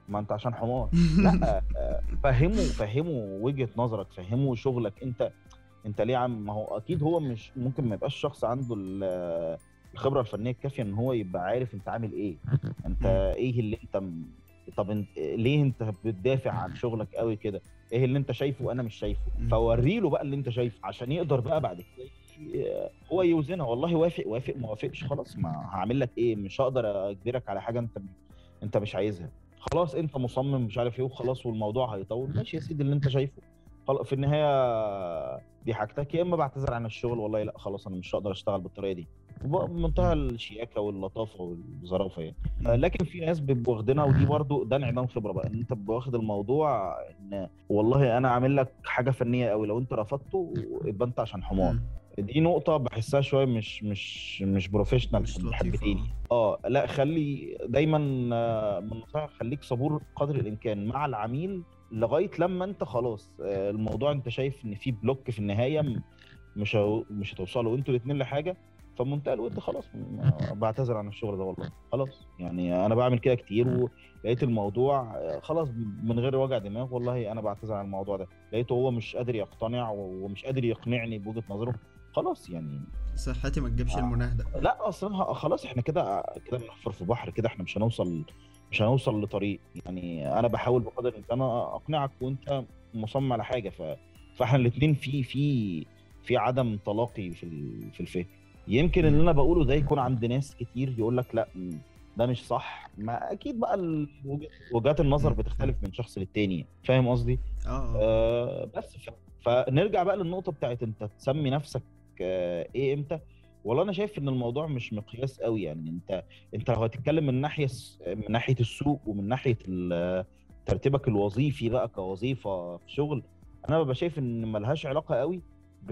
ما انت عشان حمار. لا، آه، فهمه فهمه وجهة نظرك، فهمه شغلك انت. انت ليه يا عم؟ ما هو اكيد هو مش ممكن ما يبقاش شخص عنده ال- الخبره الفنيه الكافيه ان هو يبقى عارف انت عامل ايه. انت مم. ايه اللي انت م... طب انت ليه انت بتدافع عن شغلك قوي كده؟ ايه اللي انت شايفه وانا مش شايفه؟ مم. فوري له بقى اللي انت شايفه عشان يقدر بقى بعد كده ي- هو يوزنها. والله وافق وافق، ما وافقش خلاص، ما هعمل لك ايه؟ مش هقدر اجبرك على حاجه انت انت مش عايزها. خلاص انت مصمم مش عارف ايه وخلاص، والموضوع هيطول، ماشي يا سيدي اللي انت شايفه. خلاص في النهايه دي حاجتك، يا اما بعتذر عن الشغل والله لا خلاص انا مش هقدر اشتغل بالطريقه دي، بمنتهى مم. الشياكه واللطافه والظرافه يعني. آه، مم. لكن في ناس بيبقوا واخدينها، ودي برضو ده انعدام خبره بقى، ان انت بتبقى واخد الموضوع ان والله انا عامل لك حاجه فنيه قوي، لو انت رفضته يبقى انت عشان حمار. مم. دي نقطة بحسها شوية مش مش مش بروفيشنال مش لطيفة حبتين اه. يعني. اه لا، خلي دايما آه، من نصائح خليك صبور قدر الامكان مع العميل لغاية لما انت خلاص آه، الموضوع انت شايف ان في بلوك في النهاية، م- مش هو- مش هتوصلوا انتوا الاثنين لحاجة. فمنتهى الود خلاص، م- بعتذر عن الشغل ده والله خلاص. يعني انا بعمل كده كتير ولقيت الموضوع آه، خلاص من غير وجع دماغ، والله انا بعتذر عن الموضوع ده. لقيته هو مش قادر يقتنع ومش قادر يقنعني بوجهة نظره، خلاص يعني. صحتي ما تجيبش آه، المناهدة. لا اصلا خلاص احنا كده كده بنحفر في بحر كده، احنا مش هنوصل مش هنوصل لطريق يعني. انا بحاول بقدر الامكان اقنعك وانت مصمم على حاجه، ف... فاحنا الاثنين في في في عدم تلاقي في ال- في الفهم. يمكن اللي مم. انا بقوله ده يكون عند ناس كتير يقول لك لا م، ده مش صح. ما اكيد بقى ال- وجه- وجهات النظر مم. فاهم. بتختلف من شخص للتاني، فاهم قصدي؟ اه اه. آه بس ف... فنرجع بقى للنقطة بتاعت انت تسمي نفسك آه ايه امتى. والله انا شايف ان الموضوع مش مقياس قوي يعني. انت انت لو هتتكلم من ناحية الس- من ناحية السوق ومن ناحية ال- ترتيبك الوظيفي بقى كوظيفة في شغل، انا ببقى شايف ان ملهاش علاقة قوي ب...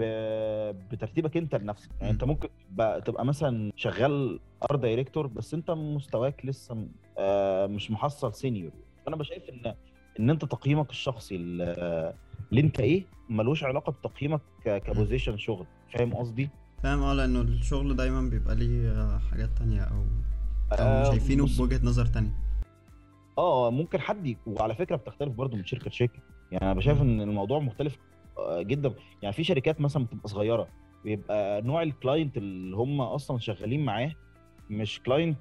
بترتيبك انت لنفسك. يعني مم. انت ممكن بقى تبقى مثلا شغال ار دايركتور بس انت مستواك لسه م- آه مش محصل سينيور. فانا بشايف ان ان انت تقييمك الشخصي ل- اللي انت ايه ملوش علاقه بتقييمك ك- مم. كبوزيشن شغل، فاهم قصدي؟ فاهم اه، لأنه الشغل دايما بيبقى ليه آه، حاجات تانية أو أو آه شايفينه بص، بوجهة نظر تانية. اه ممكن حد ي- وعلى فكره بتختلف برضو من شركه لشركه. يعني انا بشايف مم. ان الموضوع مختلف آه جدا. يعني في شركات مثلا بتبقى صغيره، بيبقى نوع الكلاينت اللي هم اصلا شغالين معاه مش كلاينت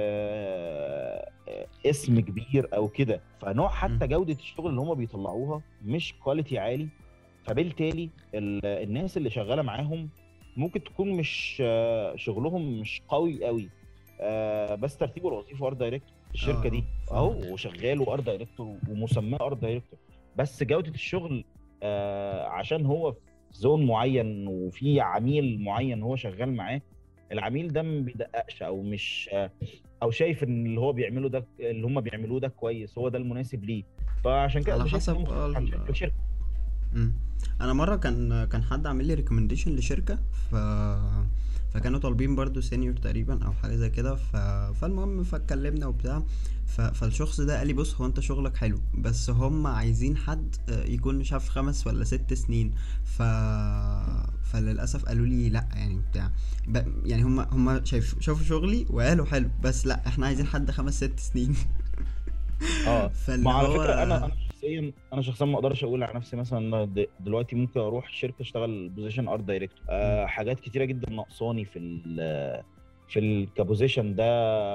آه آه اسم كبير او كده، فنوع مم. حتى جوده الشغل اللي هم بيطلعوها مش كواليتي عالي. فبالتالي ال- الناس اللي شغاله معاهم ممكن تكون مش آه، شغلهم مش قوي قوي، آه، بس ترتيبه الوظيفي ار دايركتور في اه الشركه اه دي اهو، فاهمك. وشغال وار دايركتور ومسماه ار دايركتور. بس جوده الشغل آه، عشان هو في زون معين وفي عميل معين هو شغال معاه، العميل ده ما بيدققش او مش آه، او شايف ان اللي هو بيعمله ده اللي هم بيعملوه ده كويس، هو ده المناسب ليه. فعشان كده على بشايف ان هو حسب مختلف اه عن ال- شركه لشركه. مم. انا مره كان كان حد عامل لي ريكومنديشن لشركه، ف فكانوا طالبين برضو سينيور تقريبا او حاجه زي كده، ف... فالمهم فاتكلمنا وبتاع. ف... فالشخص ده قال لي بص، هو انت شغلك حلو بس هم عايزين حد آه، يكون مش عارف خمس ولا ست سنين. ف فللاسف قالوا لي لا يعني بتاع ب... يعني هم هم شايف شافوا شغلي وقالوا حلو، بس لا احنا عايزين حد خمس ست سنين. اه ما فاللي على هو فكره انا انا شخصيا انا شخصيا ما اقدرش اقول على نفسي مثلا إن أنا د- دلوقتي ممكن اروح شركه اشتغل بوزيشن ارت دايركتور. مم. آه حاجات كتيره جدا ناقصاني في ال في الكابوزيشن ده،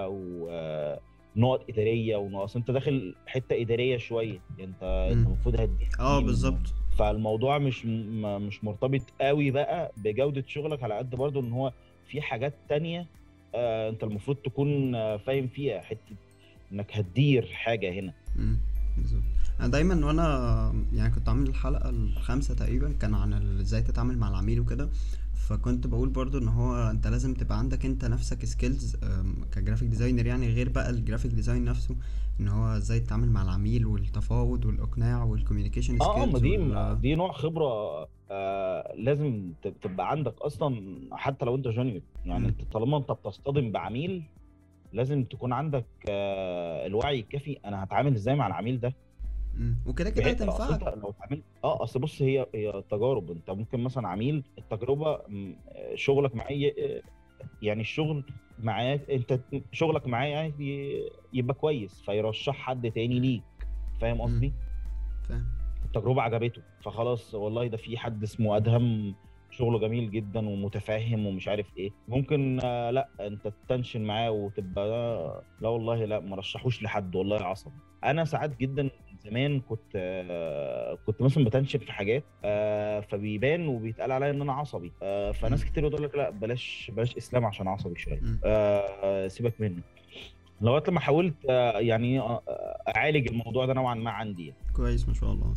ونقط اداريه وناقص. انت داخل حته اداريه شويه، انت انت مم. المفروض هتدير اه تيم. بالظبط. فالموضوع مش م- مش مرتبط قوي بقى بجوده شغلك على قد برضو ان هو في حاجات تانية آه انت المفروض تكون آه، فاهم فيها حته انك هتدير حاجه هنا. مم. بالظبط. انا دايما وانا يعني كنت عامل الحلقه الخامسه تقريبا كان عن ال- ازاي تتعامل مع العميل وكده. فكنت بقول برضو ان هو انت لازم تبقى عندك انت نفسك سكيلز كجرافيك ديزاينر، يعني غير بقى الجرافيك ديزاين نفسه، ان هو ازاي تتعامل مع العميل والتفاوض والاقناع والكوميونيكيشن اه اه ما سكيلز دي وال دي نوع خبره آه لازم ت- تبقى عندك اصلا حتى لو انت جونيور. يعني مم. انت طالما انت بتصطدم بعميل لازم تكون عندك آه الوعي الكافي، انا هتعامل ازاي مع العميل ده. مم. وكده كده بحيث اصل انت هتنفعك. لو اتعاملت اه اصل بص، هي هي تجارب. انت ممكن مثلا عميل التجربه م، آه، شغلك معاه ي- يعني الشغل معاه، انت شغلك معاه يعني يبقى كويس فيرشح حد تاني ليك، فاهم امم قصدي؟ فاهم. التجربة عجبته فخلاص والله ده في حد اسمه ادهم شغله جميل جدا ومتفاهم ومش عارف ايه، ممكن آه، لا انت تتنشن معاه وتبقى لا, لا والله لا ما رشحوش لحد والله عصبي. انا ساعات جدا زمان كنت آه، كنت مثلا بتنشن في حاجات آه، فبيبان وبيتقال عليا ان انا عصبي، آه، فناس امم كتير بتقول لك لا بلاش بلاش اسلام عشان عصبي شويه، امم آه، سيبك منه. لغايه لما حاولت آه، يعني آه، اعالج الموضوع ده نوعا ما عندي يعني. كويس ما شاء الله.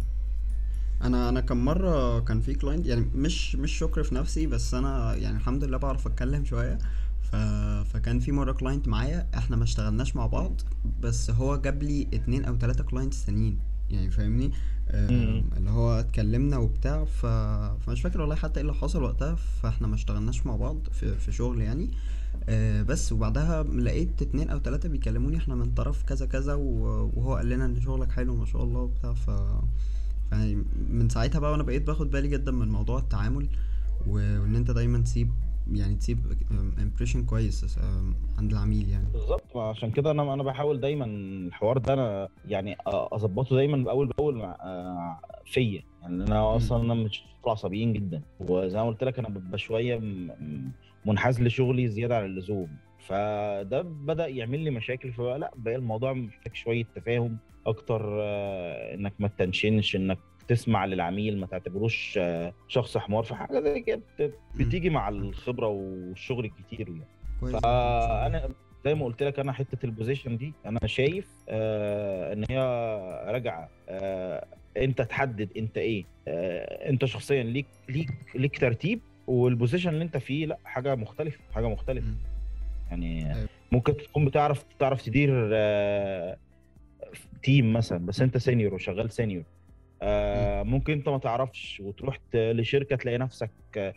انا انا كم مره كان في كلاينت، يعني مش مش شكر في نفسي، بس انا يعني الحمد لله بعرف اتكلم شويه. ف... فكان في مره كلاينت معايا، احنا ما اشتغلناش مع بعض، بس هو جاب لي اتنين او تلاتة كلاينتس تانيين، يعني فاهمني. م- آم، اللي هو اتكلمنا وبتاع. ف... فمش فاكر والله حتى ايه اللي حصل وقتها، فاحنا ما اشتغلناش مع بعض في في شغل يعني. آه، بس وبعدها لقيت اتنين او تلاتة بيكلموني احنا من طرف كذا كذا، و- وهو قال لنا ان شغلك حلو ما شاء الله وبتاع. ف يعني من ساعتها بقى وانا بقيت باخد بالي جدا من موضوع التعامل، و- وان انت دايما تسيب، يعني تسيب امبريشن كويس آم، عند العميل يعني. بالظبط. ما عشان كده انا انا بحاول دايما الحوار ده انا يعني أ- اظبطه دايما باول باول مع آه، فيا يعني. انا مم. اصلا انا مش عصبيين جدا، وزي ما قلت لك انا ببقى شويه م- م- منحاز لشغلي زياده عن اللزوم، فده بدأ يعمل لي مشاكل. فلا بقى الموضوع محتاج شويه تفاهم اكتر، آه، انك ما تنشنش، انك تسمع للعميل ما تعتبروش آه، شخص حمار. في حاجه زي كده بت- مم. بتيجي مع فاهم. الخبره والشغل الكتير يعني. كويس جدا ما شاء الله. فانا زي ما قلت لك انا حته البوزيشن دي انا شايف آه ان هي راجعه آه انت تحدد انت ايه، آه انت شخصيا ليك ليك ليك ترتيب، والبوزيشن اللي انت فيه لا حاجه مختلفه، حاجه مختلفه مم. يعني. ايوه. ممكن تكون بتعرف تعرف تدير آه تيم مثلا بس انت سينيور وشغال سينيور، مم. آه ممكن انت ما تعرفش وتروح ت- لشركه تلاقي نفسك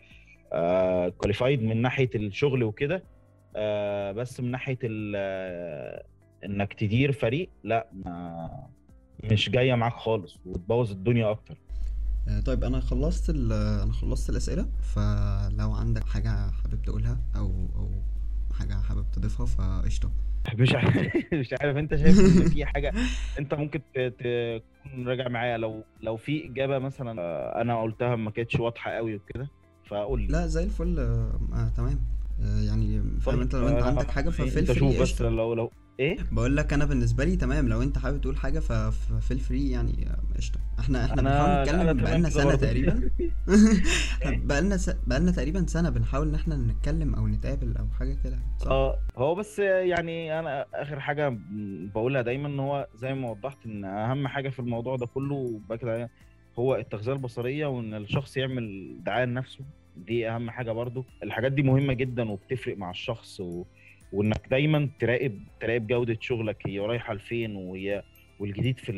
كواليفايد من ناحيه الشغل وكده، آه بس من ناحيه ال- آه، انك تدير فريق لا ما مش جايه معاك خالص وتبوظ الدنيا اكتر. آه، طيب انا خلصت ال انا خلصت الاسئله، فلو عندك حاجه حابب تقولها او او حاجه حابب تضيفها فقشطه. مش عارف مش عارف انت شايف ان في حاجه انت ممكن ت- ت- تكون راجع معايا، لو لو في اجابه مثلا آه، انا قلتها ما كانتش واضحه قوي وكده فقول لي. لا زي الفل. آه آه، تمام. آه يعني فاهم، طيب انت لو انت انا عندك حاجه ففيل انت شوف فري بس قشطه. لو لو ايه. بقول لك انا بالنسبه لي تمام، لو انت حابب تقول حاجه ف- ففيل فري يعني. آه، قشطه. احنا احنا بنحاول انا لا انا نتكلم تمام بقالنا كده سنه برضه تقريبا. احنا إيه؟ بقالنا س... بقالنا تقريبا سنه بنحاول ان احنا نتكلم او نتقابل او حاجه كده، صح؟ اه هو بس يعني انا اخر حاجه بقولها دايما ان هو زي ما وضحت ان اهم حاجه في الموضوع ده كله باكد عليها هو التغذيه البصريه، وان الشخص يعمل دعايه لنفسه. دي اهم حاجه برضو، الحاجات دي مهمه جدا وبتفرق مع الشخص و... وانك دايما تراقب تراقب جوده شغلك هي رايحه لفين، وهي والجديد في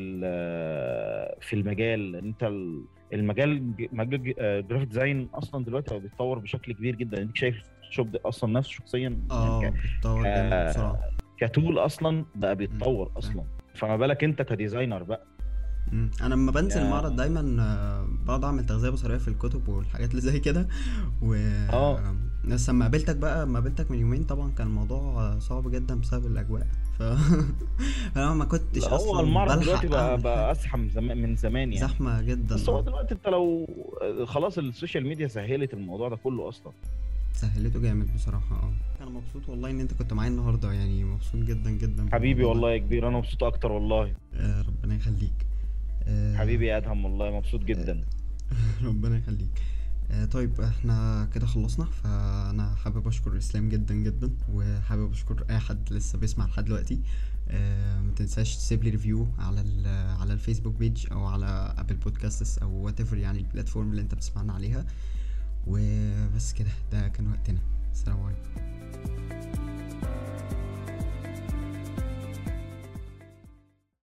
ال- في المجال. انت ال- المجال ج- مجال جرافيك ديزاين اصلا دلوقتي بقى بيتطور بشكل كبير جدا. انت شايف الشوب ده اصلا نفسه شخصيا يعني اه بيتطور جامد بسرعه. كتول اصلا بقى مم، بيتطور فاهم. اصلا، فما بالك انت كديزاينر بقى. مم. انا لما بنزل يا المعرض دايما آه، بقعد اعمل تغذيه بصريه في الكتب والحاجات اللي زي كده. و اه بس لما قابلتك بقى لما قابلتك من يومين طبعا كان الموضوع آه، صعب جدا بسبب الاجواء. ف انا ما كنتش لا، هو اصلا المعرض دلوقتي بلحق بقى اعمل بقى حاجه. ازحم زمان من زمان يعني. زحمه جدا بس هو اه. دلوقتي انت لو خلاص السوشيال ميديا سهلت الموضوع ده كله اصلا. سهلته جامد بصراحه اه. انا مبسوط والله ان انت كنت معايا النهارده، يعني مبسوط جدا جدا حبيبي بالموضوع ده. والله يا كبير انا مبسوط اكتر والله. آه ربنا يخليك. آه حبيبي يا ادهم والله مبسوط جدا. ربنا يخليك. آه طيب احنا كده خلصنا، فانا حابب اشكر اسلام جدا جدا، وحابب اشكر اي حد لسه بيسمع لحد دلوقتي. آه ما تنساش تسيب لي ريفيو على ال على الفيسبوك بيج او على ابل بودكاست او وات ايفر، يعني البلاتفورم اللي انت بتسمعنا عليها. وبس كده، ده كان وقتنا. السلام عليكم.